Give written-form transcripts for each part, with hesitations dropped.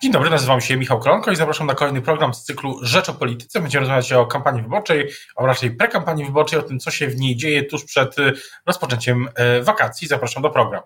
Dzień dobry, nazywam się Michał Kolonko i zapraszam na kolejny program z cyklu Rzecz o Polityce. Będziemy rozmawiać o kampanii wyborczej, a raczej prekampanii wyborczej, o tym, co się w niej dzieje tuż przed rozpoczęciem wakacji. Zapraszam do programu.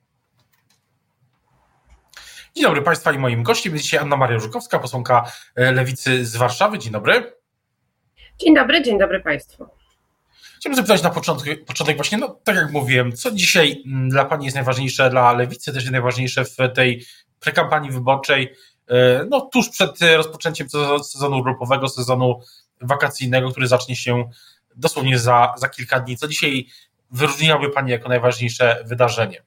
Dzień dobry Państwa i moim gościem jest dzisiaj Anna Maria Żukowska, posłanka Lewicy z Warszawy. Dzień dobry. Dzień dobry Państwu. Chciałbym zapytać na początek właśnie, tak jak mówiłem, co dzisiaj dla Pani jest najważniejsze, dla Lewicy też jest najważniejsze w tej prekampanii wyborczej, tuż przed rozpoczęciem sezonu grupowego, sezonu wakacyjnego, który zacznie się dosłownie za kilka dni. Co dzisiaj wyróżniłaby Pani jako najważniejsze wydarzenie?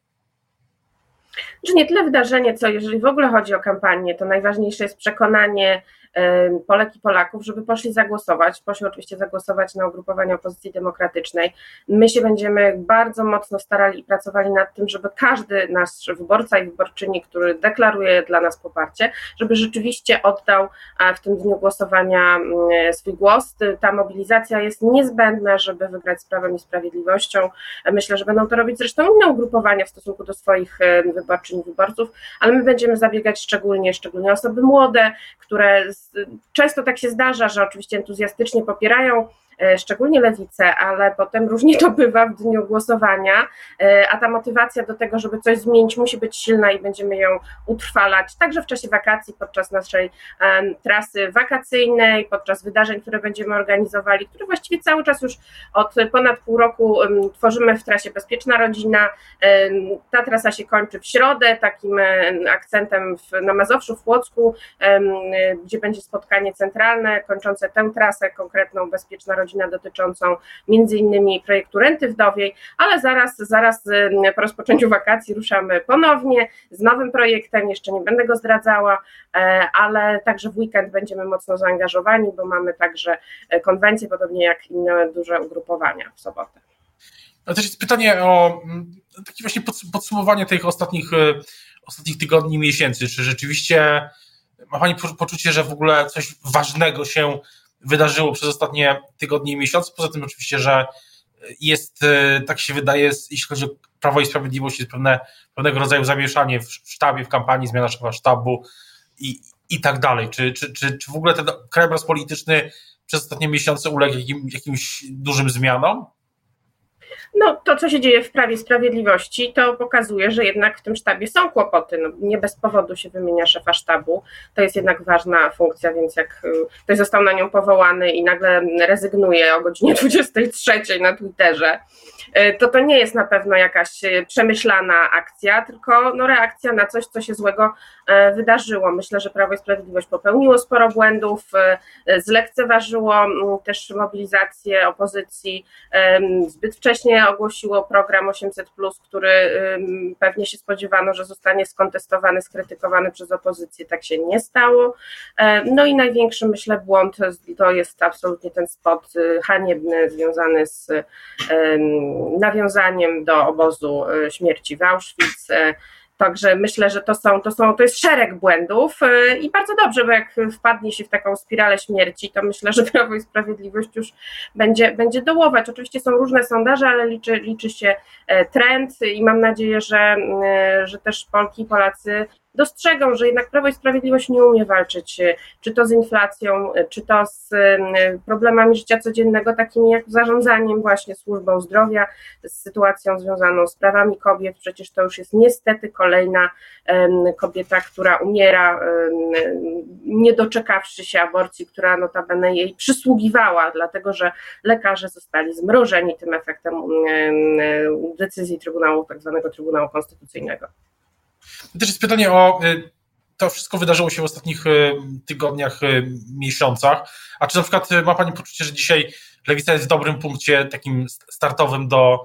Że nie tyle wydarzenie, co jeżeli w ogóle chodzi o kampanię, to najważniejsze jest przekonanie Polek i Polaków, żeby poszli oczywiście zagłosować na ugrupowanie opozycji demokratycznej. My się będziemy bardzo mocno starali i pracowali nad tym, żeby każdy nasz wyborca i wyborczyni, który deklaruje dla nas poparcie, żeby rzeczywiście oddał w tym dniu głosowania swój głos. Ta mobilizacja jest niezbędna, żeby wygrać z Prawem i Sprawiedliwością. Myślę, że będą to robić zresztą inne ugrupowania w stosunku do swoich wyborczyń i wyborców, ale my będziemy zabiegać szczególnie osoby młode, które często tak się zdarza, że oczywiście entuzjastycznie popierają szczególnie lewicę, ale potem różnie to bywa w dniu głosowania, a ta motywacja do tego, żeby coś zmienić, musi być silna i będziemy ją utrwalać także w czasie wakacji, podczas naszej trasy wakacyjnej, podczas wydarzeń, które będziemy organizowali, które właściwie cały czas już od ponad pół roku tworzymy w trasie Bezpieczna Rodzina. Ta trasa się kończy w środę, takim akcentem na Mazowszu, w Płocku, gdzie będzie spotkanie centralne kończące tę trasę konkretną Bezpieczna Rodzina, dotyczącą między innymi projektu renty wdowiej, ale zaraz po rozpoczęciu wakacji ruszamy ponownie z nowym projektem, jeszcze nie będę go zdradzała, ale także w weekend będziemy mocno zaangażowani, bo mamy także konwencję, podobnie jak inne duże ugrupowania w sobotę. A też jest pytanie o takie właśnie podsumowanie tych ostatnich tygodni, miesięcy. Czy rzeczywiście ma Pani poczucie, że w ogóle coś ważnego się wydarzyło przez ostatnie tygodnie i miesiące? Poza tym oczywiście, że jest, tak się wydaje, jeśli chodzi o Prawo i Sprawiedliwość, jest pewnego rodzaju zamieszanie w sztabie, w kampanii, zmiana szefa sztabu i tak dalej. Czy w ogóle ten krajobraz polityczny przez ostatnie miesiące uległ jakimś dużym zmianom? To, co się dzieje w Prawie i Sprawiedliwości, to pokazuje, że jednak w tym sztabie są kłopoty. Nie bez powodu się wymienia szefa sztabu. To jest jednak ważna funkcja, więc jak ktoś został na nią powołany i nagle rezygnuje o godzinie 23 na Twitterze, to nie jest na pewno jakaś przemyślana akcja, tylko reakcja na coś, co się złego wydarzyło. Myślę, że Prawo i Sprawiedliwość popełniło sporo błędów, zlekceważyło też mobilizację opozycji, zbyt wcześnie ogłosiło program 800+, który pewnie się spodziewano, że zostanie skontestowany, skrytykowany przez opozycję. Tak się nie stało. I największy, myślę, błąd to jest absolutnie ten spot haniebny związany z nawiązaniem do obozu śmierci w Auschwitz. Także myślę, że to jest szereg błędów i bardzo dobrze, bo jak wpadnie się w taką spiralę śmierci, to myślę, że Prawo i Sprawiedliwość już będzie dołować. Oczywiście są różne sondaże, ale liczy się trend i mam nadzieję, że też Polki i Polacy dostrzegą, że jednak Prawo i Sprawiedliwość nie umie walczyć, czy to z inflacją, czy to z problemami życia codziennego, takimi jak zarządzaniem właśnie służbą zdrowia, z sytuacją związaną z prawami kobiet. Przecież to już jest niestety kolejna kobieta, która umiera, nie doczekawszy się aborcji, która notabene jej przysługiwała, dlatego że lekarze zostali zmrożeni tym efektem decyzji Trybunału, tak zwanego Trybunału Konstytucyjnego. To też jest pytanie o to wszystko wydarzyło się w ostatnich tygodniach, miesiącach, a czy na przykład ma Pani poczucie, że dzisiaj Lewica jest w dobrym punkcie takim startowym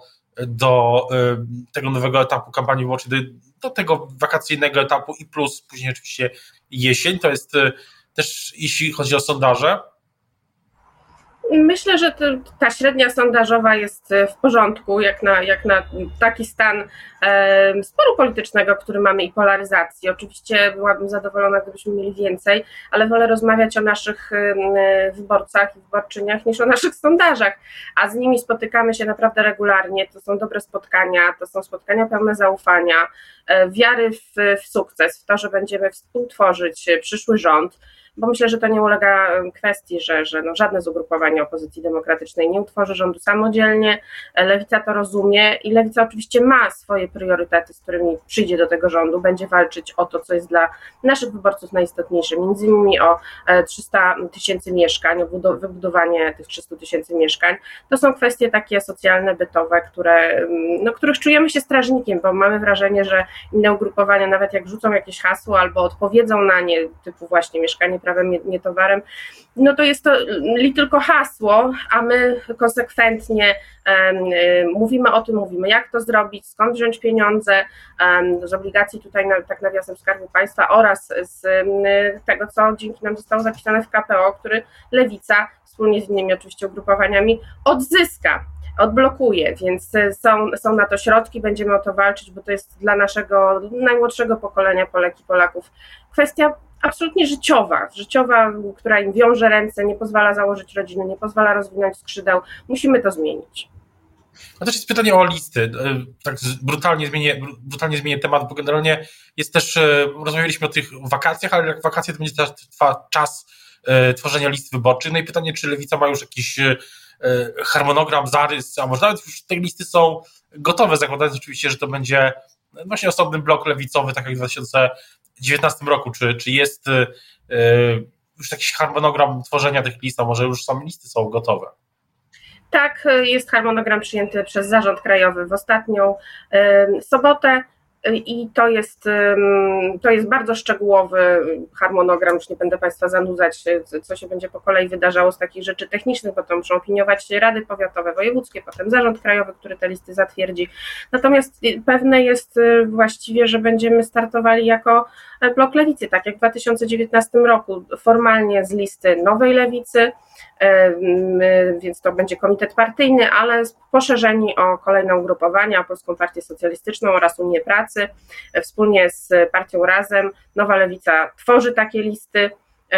do tego nowego etapu kampanii wyborczej, do tego wakacyjnego etapu i plus później oczywiście jesień, to jest też jeśli chodzi o sondaże? Myślę, że ta średnia sondażowa jest w porządku, jak na taki stan sporu politycznego, który mamy i polaryzacji. Oczywiście byłabym zadowolona, gdybyśmy mieli więcej, ale wolę rozmawiać o naszych wyborcach i wyborczyniach niż o naszych sondażach, a z nimi spotykamy się naprawdę regularnie. To są dobre spotkania, to są spotkania pełne zaufania, wiary w sukces, w to, że będziemy współtworzyć przyszły rząd, bo myślę, że to nie ulega kwestii, że żadne z ugrupowań opozycji demokratycznej nie utworzy rządu samodzielnie. Lewica to rozumie i Lewica oczywiście ma swoje priorytety, z którymi przyjdzie do tego rządu, będzie walczyć o to, co jest dla naszych wyborców najistotniejsze, między innymi o 300 000 mieszkań, o wybudowanie tych 300 000 mieszkań. To są kwestie takie socjalne, bytowe, których czujemy się strażnikiem, bo mamy wrażenie, że inne ugrupowania, nawet jak rzucą jakieś hasło albo odpowiedzą na nie, typu właśnie mieszkanie prawem, nie towarem, no to jest to tylko hasło, a my konsekwentnie mówimy o tym, mówimy jak to zrobić, skąd wziąć pieniądze z obligacji tutaj, tak nawiasem, Skarbu Państwa oraz z tego, co dzięki nam zostało zapisane w KPO, który Lewica wspólnie z innymi oczywiście ugrupowaniami odblokuje, więc są na to środki, będziemy o to walczyć, bo to jest dla naszego najmłodszego pokolenia Polek i Polaków kwestia absolutnie życiowa, która im wiąże ręce, nie pozwala założyć rodziny, nie pozwala rozwinąć skrzydeł. Musimy to zmienić. A też jest pytanie o listy. Tak brutalnie zmienię temat, bo generalnie jest też, rozmawialiśmy o tych wakacjach, ale jak wakacje to będzie trwa czas tworzenia list wyborczych. No i pytanie, czy Lewica ma już jakiś harmonogram, zarys, a może nawet już te listy są gotowe, zakładając oczywiście, że to będzie właśnie osobny blok lewicowy, tak jak w 2019 roku. Czy jest już jakiś harmonogram tworzenia tych list, a może już same listy są gotowe? Tak, jest harmonogram przyjęty przez Zarząd Krajowy w ostatnią sobotę i to jest bardzo szczegółowy harmonogram, już nie będę Państwa zanudzać, co się będzie po kolei wydarzało z takich rzeczy technicznych, bo to muszą opiniować rady powiatowe, wojewódzkie, potem Zarząd Krajowy, który te listy zatwierdzi. Natomiast pewne jest właściwie, że będziemy startowali jako blok Lewicy, tak jak w 2019 roku, formalnie z listy Nowej Lewicy, więc to będzie komitet partyjny, ale poszerzeni o kolejne ugrupowania, o Polską Partię Socjalistyczną oraz Unię Pracy, wspólnie z partią Razem. Nowa Lewica tworzy takie listy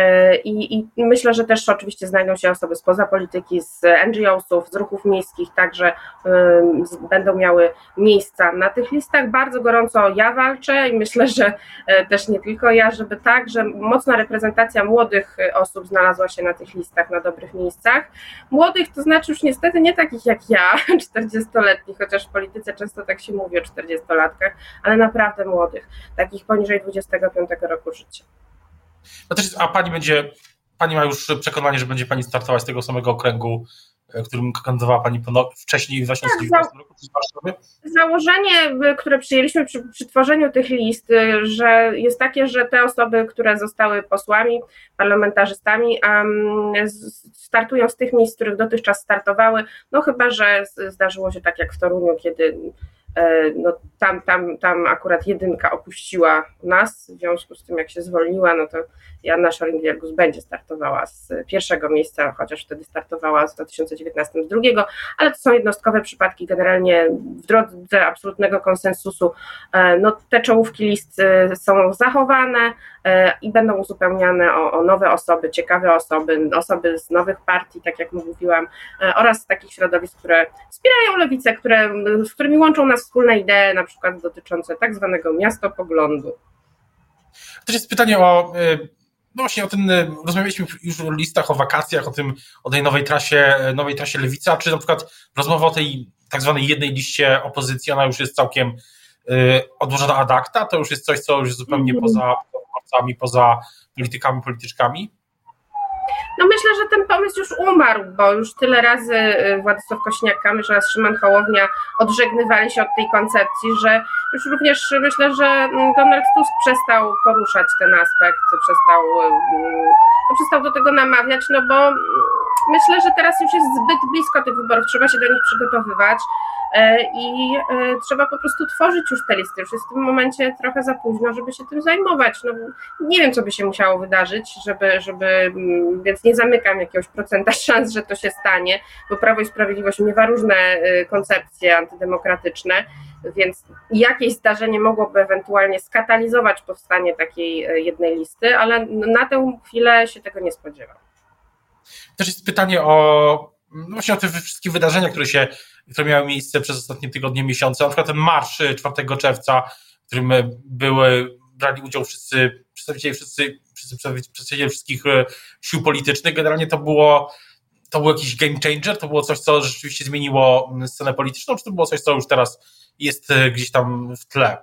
i myślę, że też oczywiście znajdą się osoby spoza polityki, z NGO-sów, z ruchów miejskich, także będą miały miejsca na tych listach. Bardzo gorąco ja walczę i myślę, że też nie tylko ja, żeby że mocna reprezentacja młodych osób znalazła się na tych listach, na dobrych miejscach. Młodych to znaczy już niestety nie takich jak ja, 40-letnich, chociaż w polityce często tak się mówi o 40-latkach, ale naprawdę młodych, takich poniżej 25 roku życia. A pani ma już przekonanie, że będzie pani startować z tego samego okręgu, którym kandydowała pani wcześniej w 2019 roku z Warszawy? Założenie, które przyjęliśmy przy tworzeniu tych list, że jest takie, że te osoby, które zostały posłami, parlamentarzystami, startują z tych miejsc, z których dotychczas startowały, no chyba że zdarzyło się tak jak w Toruniu, kiedy tam akurat jedynka opuściła nas, w związku z tym jak się zwolniła, no to Joanna Scheuring-Wielgus będzie startowała z pierwszego miejsca, chociaż wtedy startowała w 2019 z drugiego, ale to są jednostkowe przypadki, generalnie w drodze absolutnego konsensusu te czołówki list są zachowane i będą uzupełniane o nowe osoby, ciekawe osoby z nowych partii, tak jak mówiłam, oraz z takich środowisk, które wspierają lewicę, z którymi łączą nas wspólne idee, na przykład dotyczące tak zwanego miastopoglądu. To jest pytanie o rozmawialiśmy już o listach, o wakacjach, o tej nowej trasie Lewica, czy na przykład rozmowa o tej tak zwanej jednej liście opozycji, ona już jest całkiem odłożona ad acta, to już jest coś, co już zupełnie poza wyborcami, poza politykami, polityczkami? No myślę, że ten pomysł już umarł, bo już tyle razy Władysław Kosiniak-Kamysz oraz Szymon Hołownia odżegnywali się od tej koncepcji, że już również myślę, że Donald Tusk przestał poruszać ten aspekt, przestał do tego namawiać, no bo myślę, że teraz już jest zbyt blisko tych wyborów, trzeba się do nich przygotowywać i trzeba po prostu tworzyć już te listy. Już jest w tym momencie trochę za późno, żeby się tym zajmować. No, nie wiem, co by się musiało wydarzyć, więc nie zamykam jakiegoś procenta szans, że to się stanie, bo Prawo i Sprawiedliwość miewa różne koncepcje antydemokratyczne, więc jakieś zdarzenie mogłoby ewentualnie skatalizować powstanie takiej jednej listy, ale na tę chwilę się tego nie spodziewam. Też jest pytanie właśnie o te wszystkie wydarzenia, które miały miejsce przez ostatnie tygodnie, miesiące, na przykład ten marsz 4 czerwca, w którym brali udział wszyscy przedstawiciele wszystkich sił politycznych. Generalnie to był jakiś game changer, to było coś, co rzeczywiście zmieniło scenę polityczną, czy to było coś, co już teraz jest gdzieś tam w tle?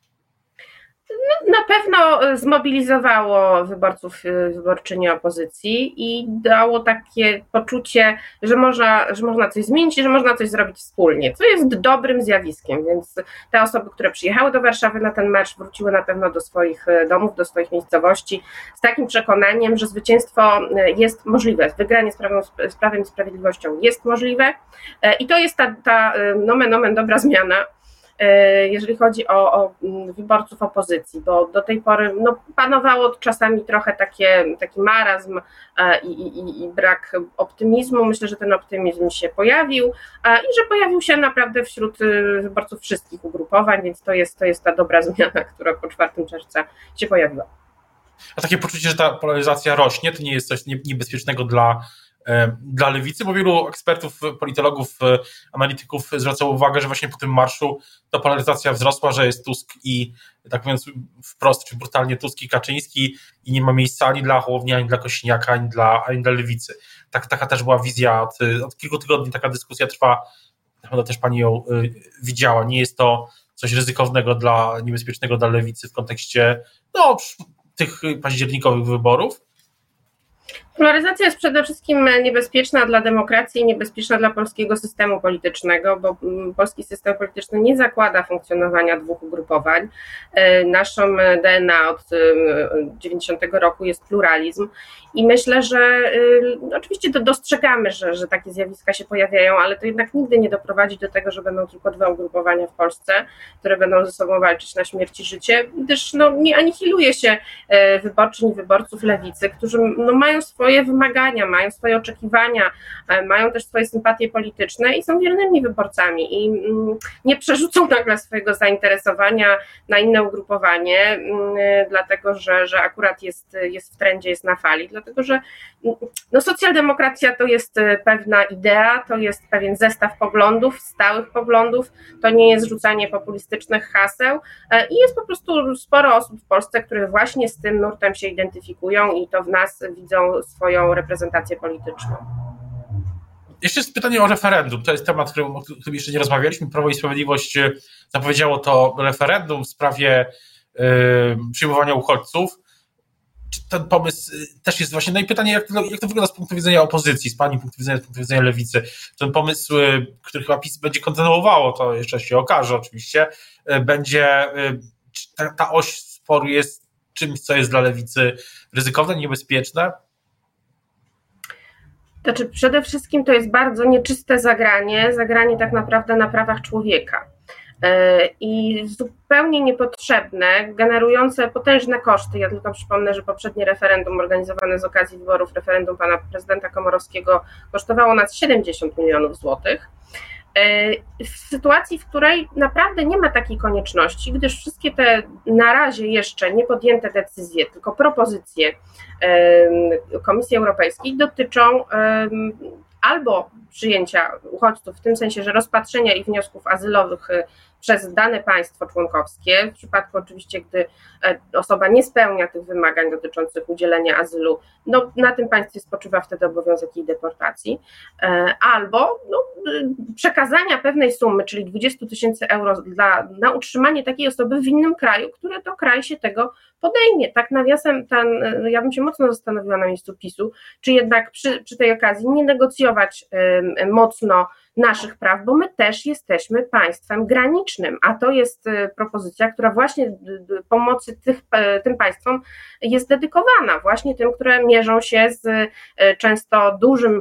Na pewno zmobilizowało wyborców, wyborczyni opozycji i dało takie poczucie, że można coś zmienić i że można coś zrobić wspólnie, co jest dobrym zjawiskiem, więc te osoby, które przyjechały do Warszawy na ten marsz, wróciły na pewno do swoich domów, do swoich miejscowości z takim przekonaniem, że zwycięstwo jest możliwe, wygranie z Prawem i Sprawiedliwością jest możliwe i to jest ta nomen omen dobra zmiana, jeżeli chodzi o wyborców opozycji, bo do tej pory panowało czasami trochę taki marazm i brak optymizmu. Myślę, że ten optymizm się pojawił i że pojawił się naprawdę wśród wyborców wszystkich ugrupowań, więc to jest ta dobra zmiana, która po 4 czerwca się pojawiła. A takie poczucie, że ta polaryzacja rośnie, to nie jest coś niebezpiecznego dla lewicy, bo wielu ekspertów, politologów, analityków zwracało uwagę, że właśnie po tym marszu ta polaryzacja wzrosła, że jest Tusk i, tak mówiąc wprost, czy brutalnie, Tusk i Kaczyński i nie ma miejsca ani dla Hołowni, ani dla Kosiniaka, ani dla lewicy. Taka też była wizja, od kilku tygodni taka dyskusja trwa, chyba też pani ją widziała. Nie jest to coś ryzykownego, niebezpiecznego dla lewicy w kontekście tych październikowych wyborów. Polaryzacja jest przede wszystkim niebezpieczna dla demokracji i niebezpieczna dla polskiego systemu politycznego, bo polski system polityczny nie zakłada funkcjonowania dwóch ugrupowań. Naszą DNA od 90 roku jest pluralizm i myślę, że oczywiście dostrzegamy, że takie zjawiska się pojawiają, ale to jednak nigdy nie doprowadzi do tego, że będą tylko dwa ugrupowania w Polsce, które będą ze sobą walczyć na śmierć i życie, gdyż nie anihiluje się wyborczyń i wyborców lewicy, którzy mają swoje wymagania, mają swoje oczekiwania, mają też swoje sympatie polityczne i są wiernymi wyborcami i nie przerzucą nagle swojego zainteresowania na inne ugrupowanie, dlatego że akurat jest w trendzie, jest na fali, dlatego że socjaldemokracja to jest pewna idea, to jest pewien zestaw poglądów, stałych poglądów, to nie jest rzucanie populistycznych haseł i jest po prostu sporo osób w Polsce, które właśnie z tym nurtem się identyfikują i to w nas widzą swoją reprezentację polityczną. Jeszcze jest pytanie o referendum. To jest temat, o którym jeszcze nie rozmawialiśmy. Prawo i Sprawiedliwość zapowiedziało to referendum w sprawie przyjmowania uchodźców. Czy ten pomysł też jest właśnie... No i pytanie, jak to wygląda z punktu widzenia opozycji, z pani punktu widzenia, z punktu widzenia lewicy. Ten pomysł, który chyba PiS będzie kontynuowało, to jeszcze się okaże oczywiście, będzie... Ta oś sporu jest czymś, co jest dla lewicy ryzykowne, niebezpieczne? Znaczy, przede wszystkim to jest bardzo nieczyste zagranie tak naprawdę na prawach człowieka i zupełnie niepotrzebne, generujące potężne koszty. Ja tylko przypomnę, że poprzednie referendum organizowane z okazji wyborów, referendum pana prezydenta Komorowskiego, kosztowało nas 70 milionów złotych. W sytuacji, w której naprawdę nie ma takiej konieczności, gdyż wszystkie te na razie jeszcze nie podjęte decyzje, tylko propozycje Komisji Europejskiej dotyczą albo przyjęcia uchodźców, w tym sensie, że rozpatrzenia ich wniosków azylowych przez dane państwo członkowskie, w przypadku oczywiście, gdy osoba nie spełnia tych wymagań dotyczących udzielenia azylu, na tym państwie spoczywa wtedy obowiązek jej deportacji, albo przekazania pewnej sumy, czyli 20 000 euro na utrzymanie takiej osoby w innym kraju, który to kraj się tego podejmie. Tak nawiasem, ja bym się mocno zastanowiła na miejscu PiS-u, czy jednak przy tej okazji nie negocjować mocno naszych praw, bo my też jesteśmy państwem granicznym, a to jest propozycja, która właśnie pomocy tym państwom jest dedykowana, właśnie tym, które mierzą się z często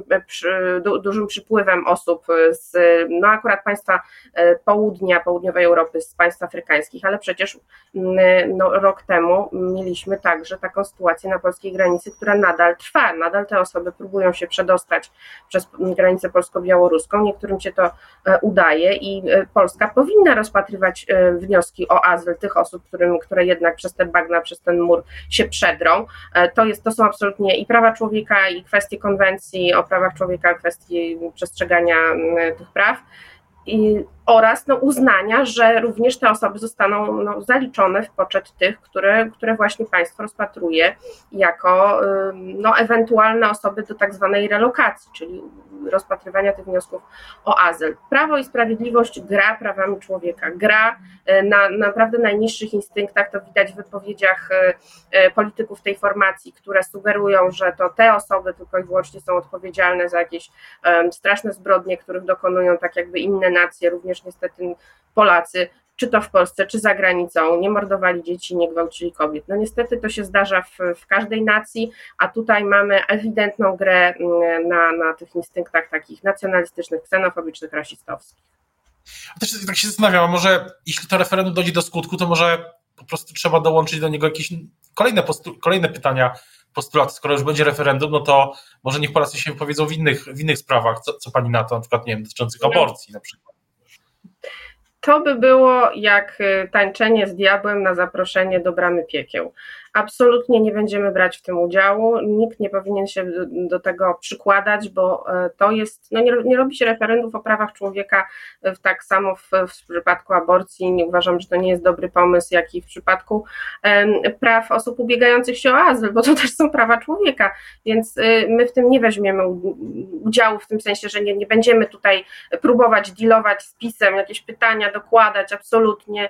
dużym przypływem osób z akurat państwa południowej Europy, z państw afrykańskich, ale przecież rok temu mieliśmy także taką sytuację na polskiej granicy, która nadal trwa, nadal te osoby próbują się przedostać przez granicę polsko-białoruską, niektórym się to udaje i Polska powinna rozpatrywać wnioski o azyl tych osób, które jednak przez te bagna, przez ten mur się przedrą. To są absolutnie i prawa człowieka, i kwestie konwencji o prawach człowieka, kwestie przestrzegania tych praw oraz uznania, że również te osoby zostaną zaliczone w poczet tych, które właśnie państwo rozpatruje jako ewentualne osoby do tak zwanej relokacji, czyli rozpatrywania tych wniosków o azyl. Prawo i Sprawiedliwość gra prawami człowieka, gra na naprawdę najniższych instynktach, to widać w wypowiedziach polityków tej formacji, które sugerują, że to te osoby tylko i wyłącznie są odpowiedzialne za jakieś straszne zbrodnie, których dokonują tak jakby inne nacje, również niestety Polacy, czy to w Polsce, czy za granicą, nie mordowali dzieci, nie gwałcili kobiet. Niestety to się zdarza w każdej nacji, a tutaj mamy ewidentną grę na tych instynktach takich nacjonalistycznych, ksenofobicznych, rasistowskich. Też tak się zastanawiam, a może jeśli to referendum dojdzie do skutku, to może po prostu trzeba dołączyć do niego jakieś kolejne pytania, postulaty. Skoro już będzie referendum, no to może niech Polacy się wypowiedzą w innych sprawach. Co pani na to, na przykład, nie wiem, dotyczących aborcji na przykład? To by było jak tańczenie z diabłem na zaproszenie do bramy piekieł. Absolutnie nie będziemy brać w tym udziału, nikt nie powinien się do tego przykładać, bo to jest, nie robi się referendów o prawach człowieka tak samo w przypadku aborcji, nie uważam, że to nie jest dobry pomysł, jak i w przypadku praw osób ubiegających się o azyl, bo to też są prawa człowieka, więc my w tym nie weźmiemy udziału w tym sensie, że nie będziemy tutaj próbować dealować z PiS-em, jakieś pytania dokładać, absolutnie.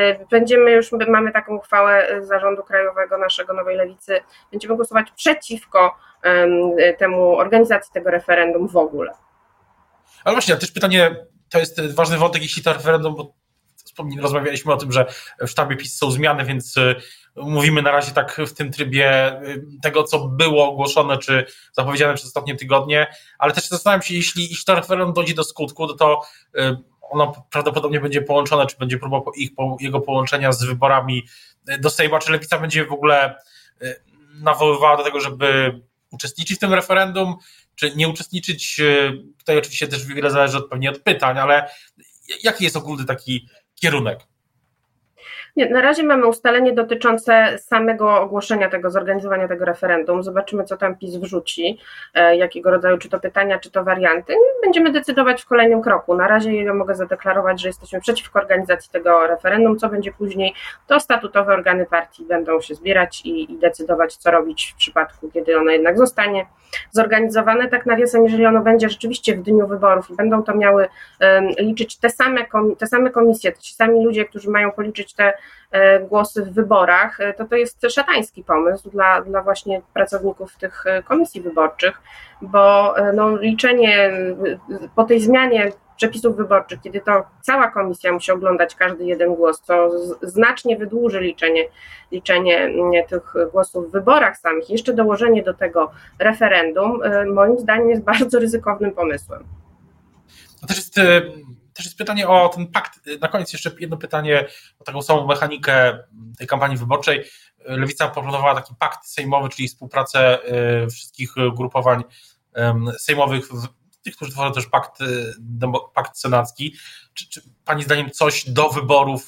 Mamy taką uchwałę Zarządu Krajowego naszego Nowej Lewicy, będziemy głosować przeciwko organizacji tego referendum w ogóle. Ale właśnie, też pytanie, to jest ważny wątek, jeśli to referendum, bo rozmawialiśmy o tym, że w sztabie PiS są zmiany, więc mówimy na razie tak w tym trybie tego, co było ogłoszone, czy zapowiedziane przez ostatnie tygodnie, ale też zastanawiam się, jeśli to referendum dojdzie do skutku, to ono prawdopodobnie będzie połączone, czy będzie próba jego połączenia z wyborami do Sejmu, czy Lewica będzie w ogóle nawoływała do tego, żeby uczestniczyć w tym referendum, czy nie uczestniczyć. Tutaj oczywiście też wiele zależy pewnie od pytań, ale jaki jest ogólny taki kierunek? Nie, na razie mamy ustalenie dotyczące samego ogłoszenia zorganizowania tego referendum. Zobaczymy, co tam PiS wrzuci, jakiego rodzaju, czy to pytania, czy to warianty. Będziemy decydować w kolejnym kroku. Na razie ja mogę zadeklarować, że jesteśmy przeciwko organizacji tego referendum. Co będzie później, to statutowe organy partii będą się zbierać i decydować, co robić w przypadku, kiedy ono jednak zostanie zorganizowane. Tak nawiasem, jeżeli ono będzie rzeczywiście w dniu wyborów i będą to miały liczyć te same komisje, ci sami ludzie, którzy mają policzyć te głosy w wyborach, to jest szatański pomysł dla właśnie pracowników tych komisji wyborczych, bo liczenie po tej zmianie przepisów wyborczych, kiedy to cała komisja musi oglądać każdy jeden głos, co znacznie wydłuży liczenie tych głosów w wyborach samych, jeszcze dołożenie do tego referendum, moim zdaniem jest bardzo ryzykownym pomysłem. To też jest pytanie o ten pakt. Na koniec jeszcze jedno pytanie o taką samą mechanikę tej kampanii wyborczej. Lewica proponowała taki pakt sejmowy, czyli współpracę wszystkich ugrupowań sejmowych, tych, którzy tworzą też pakt senacki. Czy pani zdaniem coś do wyborów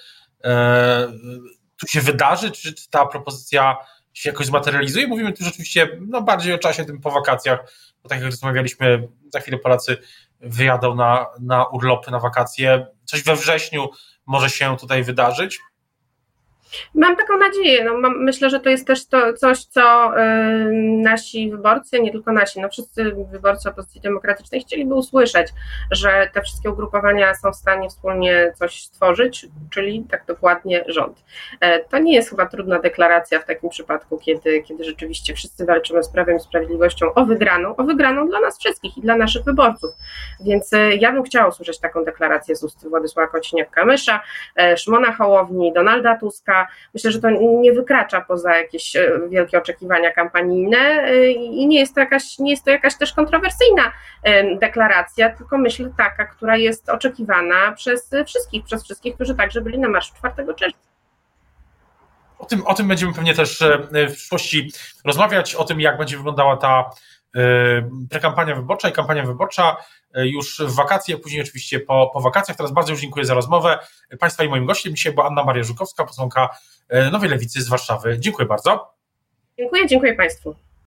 tu się wydarzy? Czy ta propozycja się jakoś zmaterializuje? Mówimy tu rzeczywiście bardziej o czasie tym po wakacjach, bo tak jak rozmawialiśmy, za chwilę Polacy wyjadą na urlopy, na wakacje. Coś we wrześniu może się tutaj wydarzyć? Mam taką nadzieję. Myślę, że to jest też coś, co nasi wyborcy, nie tylko nasi, wszyscy wyborcy opozycji demokratycznej chcieliby usłyszeć, że te wszystkie ugrupowania są w stanie wspólnie coś stworzyć, czyli tak dokładnie rząd. To nie jest chyba trudna deklaracja w takim przypadku, kiedy rzeczywiście wszyscy walczymy z Prawem i Sprawiedliwością o wygraną dla nas wszystkich i dla naszych wyborców. Więc ja bym chciała usłyszeć taką deklarację z ust Władysława Kosiniaka-Kamysza, Szymona Hołowni, Donalda Tuska. Myślę, że to nie wykracza poza jakieś wielkie oczekiwania kampanijne i nie jest to jakaś też kontrowersyjna deklaracja, tylko myślę taka, która jest oczekiwana przez wszystkich, którzy także byli na marszu 4 czerwca. O tym będziemy pewnie też w przyszłości rozmawiać, o tym, jak będzie wyglądała ta prekampania wyborcza i kampania wyborcza już w wakacje, a później oczywiście po wakacjach. Teraz bardzo już dziękuję za rozmowę Państwa i moim gościem dzisiaj była Anna Maria Żukowska, posłanka Nowej Lewicy z Warszawy. Dziękuję bardzo. Dziękuję Państwu.